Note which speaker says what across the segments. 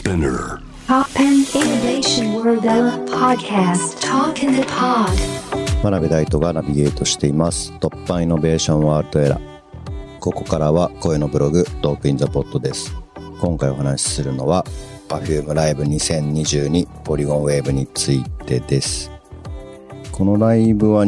Speaker 1: Spinner
Speaker 2: Pop and Innovation World Podcast Talk in the Pod
Speaker 3: 真鍋大斗がナビゲートしています突破イノベーションワールドエラー。ここからは声のブログトークインザポッドです。今回お話しするのは Perfume ライブ2022ポリゴンウェーブについてです。このライブは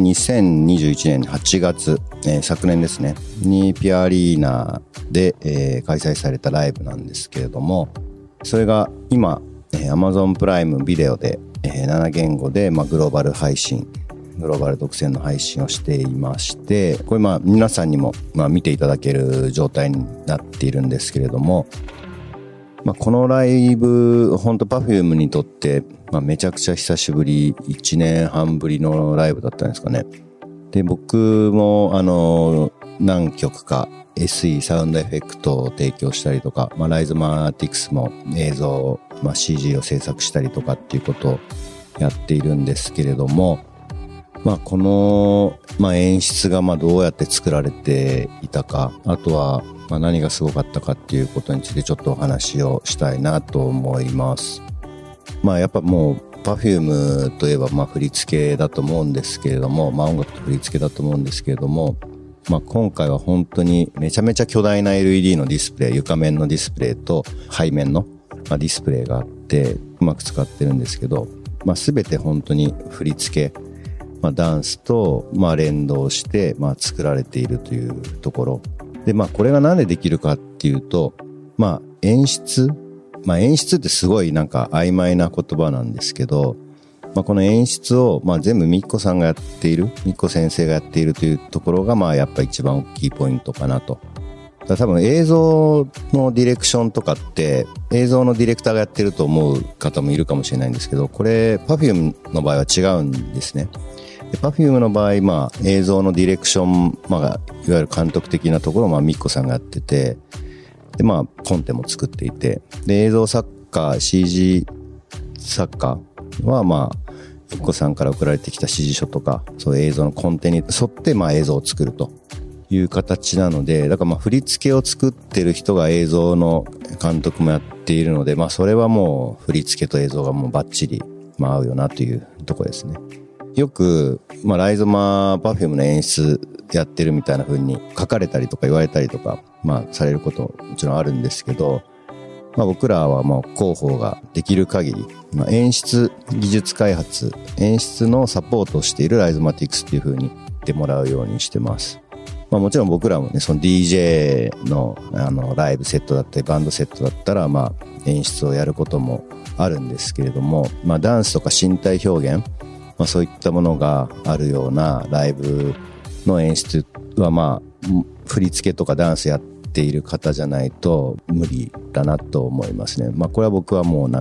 Speaker 3: 2021年8月、昨年ですねにピアアリーナで、開催されたライブなんですけれども、それが今、Amazon プライムビデオで、7言語で、グローバル配信グローバル独占の配信をしていまして、これ皆さんにも見ていただける状態になっているんですけれども、このライブ本当 Perfume にとって、めちゃくちゃ久しぶり1年半ぶりのライブだったんですかね。で僕も何曲か SE サウンドエフェクトを提供したりとか、ライゾマティクスも映像、CG を制作したりとかっていうことをやっているんですけれども、この、演出がどうやって作られていたか、あとは何がすごかったかっていうことについてちょっとお話をしたいなと思います。やっぱもう Perfume といえば振り付けだと思うんですけれども、音楽と振り付けだと思うんですけれども、今回は本当にめちゃめちゃ巨大な LED のディスプレイ、床面のディスプレイと背面のディスプレイがあってうまく使ってるんですけど、全て本当に振り付け、ダンスと連動して作られているというところで、これがなんでできるかっていうと、演出ってすごい曖昧な言葉なんですけど、この演出を全部みっこさんがやっている、みっこ先生がやっているというところがやっぱ一番大きいポイントかなと。多分映像のディレクションとかって映像のディレクターがやってると思う方もいるかもしれないんですけど、これ Perfume の場合は違うんですね。で Perfume の場合、映像のディレクション、いわゆる監督的なところをみっこさんがやってて、でコンテも作っていて、で映像作家 CG 作家はみっこさんから送られてきた指示書とかそういう映像のコンテに沿って映像を作るという形なので、だから振り付けを作ってる人が映像の監督もやっているので、それはもう振り付けと映像がもうバッチリ合うよなというところですね。よくライゾマ Perfume の演出やってるみたいな風に書かれたりとか言われたりとかされることもちろんあるんですけど、僕らは広報ができる限り、演出技術開発、演出のサポートをしているライゾマティクスっていう風に言ってもらうようにしてます。もちろん僕らもね、その DJ のライブセットだったりバンドセットだったら演出をやることもあるんですけれども、ダンスとか身体表現、そういったものがあるようなライブの演出は振り付けとかダンスやっている方じゃないと無理だなと思いますね。これは僕はもう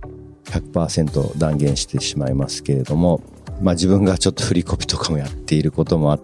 Speaker 3: 100% 断言してしまいますけれども、自分がちょっと振りコピとかもやっていることもあって、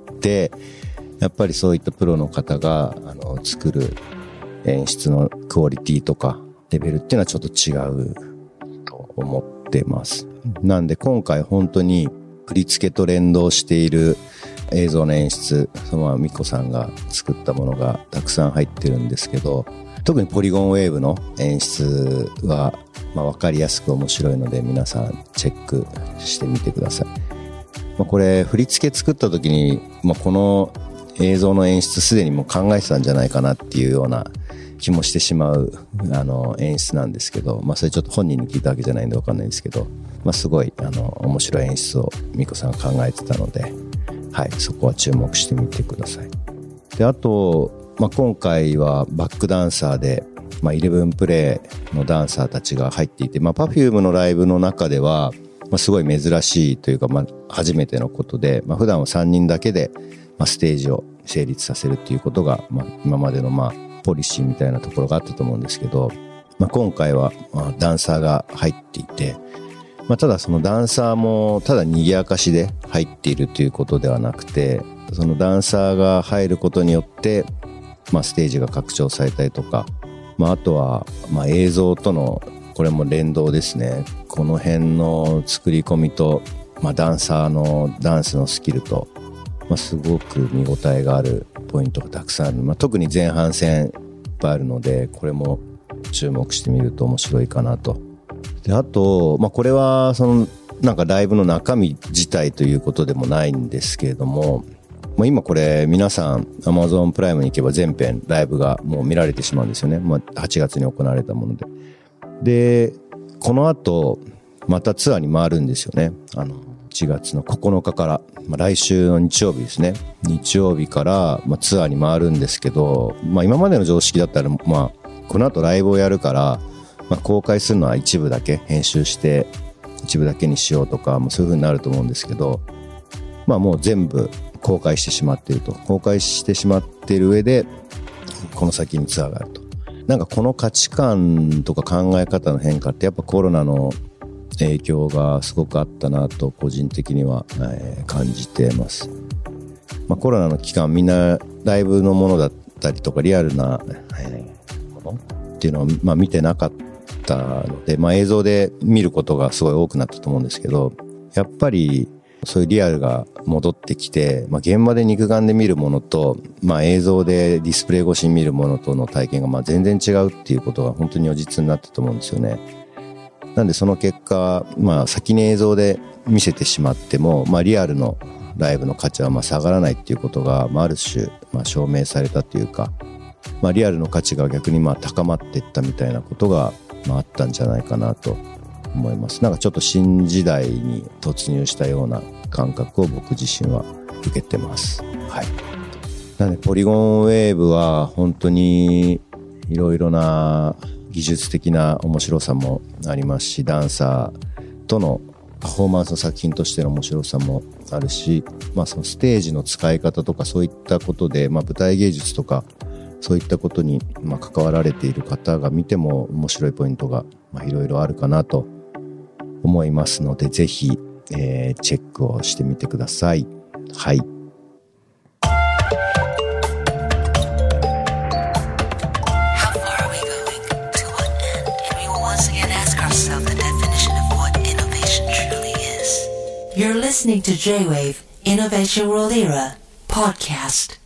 Speaker 3: やっぱりそういったプロの方が作る演出のクオリティとかレベルっていうのはちょっと違うと思ってます。なんで今回本当に振り付けと連動している映像の演出、みこさんが作ったものがたくさん入ってるんですけど、特にポリゴンウェーブの演出は分かりやすく面白いので皆さんチェックしてみてください。これ振り付け作った時に、この映像の演出すでにもう考えてたんじゃないかなっていうような気もしてしまう演出なんですけど、それちょっと本人に聞いたわけじゃないんで分かんないんですけど、すごい面白い演出をみこさんが考えてたので、そこは注目してみてください。であと、今回はバックダンサーで、11プレイのダンサーたちが入っていて、Perfume のライブの中では、すごい珍しいというか、初めてのことで、普段は3人だけで、ステージを成立させるっていうことが、今までのポリシーみたいなところがあったと思うんですけど、今回はダンサーが入っていて、ただそのダンサーもただ賑やかしで入っているということではなくて、そのダンサーが入ることによってステージが拡張されたりとか、あとは映像とのこれも連動ですね。この辺の作り込みと、ダンサーのダンスのスキルと、すごく見応えがあるポイントがたくさんある。特に前半戦いっぱいあるので、これも注目してみると面白いかなとであと、これはなんかライブの中身自体ということでもないんですけれども、今これ皆さん Amazon プライムに行けば全編ライブがもう見られてしまうんですよね。8月に行われたもので。で、この後またツアーに回るんですよね。1月の9日から、来週の日曜日ですね。日曜日から、ツアーに回るんですけど、今までの常識だったら、この後ライブをやるから、公開するのは一部だけ編集して一部だけにしようとか、そういう風になると思うんですけど、もう全部公開してしまっていると。公開してしまっている上で、この先にツアーがあると。なんかこの価値観とか考え方の変化ってやっぱコロナの影響がすごくあったなと個人的には、感じています。コロナの期間みんなライブのものだったりとかリアルな、ものっていうのを、見てなかったので、映像で見ることがすごい多くなったと思うんですけど、やっぱりそういうリアルが戻ってきて、現場で肉眼で見るものと、映像でディスプレイ越しに見るものとの体験が全然違うっていうことが本当に如実になったと思うんですよね。なんでその結果、先に映像で見せてしまっても、リアルのライブの価値は下がらないっていうことが、ある種、証明されたというか、リアルの価値が逆に高まっていったみたいなことが、あったんじゃないかなと思います。なんかちょっと新時代に突入したような感覚を僕自身は受けてます。はい。なのでポリゴンウェーブは本当にいろいろな技術的な面白さもありますし、ダンサーとのパフォーマンスの作品としての面白さもあるし、そのステージの使い方とかそういったことで、舞台芸術とかそういったことに関わられている方が見ても面白いポイントがいろいろあるかなと思いますので、ぜひ、チェックをしてみてください。はい。
Speaker 1: You're listening to J-Wave Innovation World Era podcast.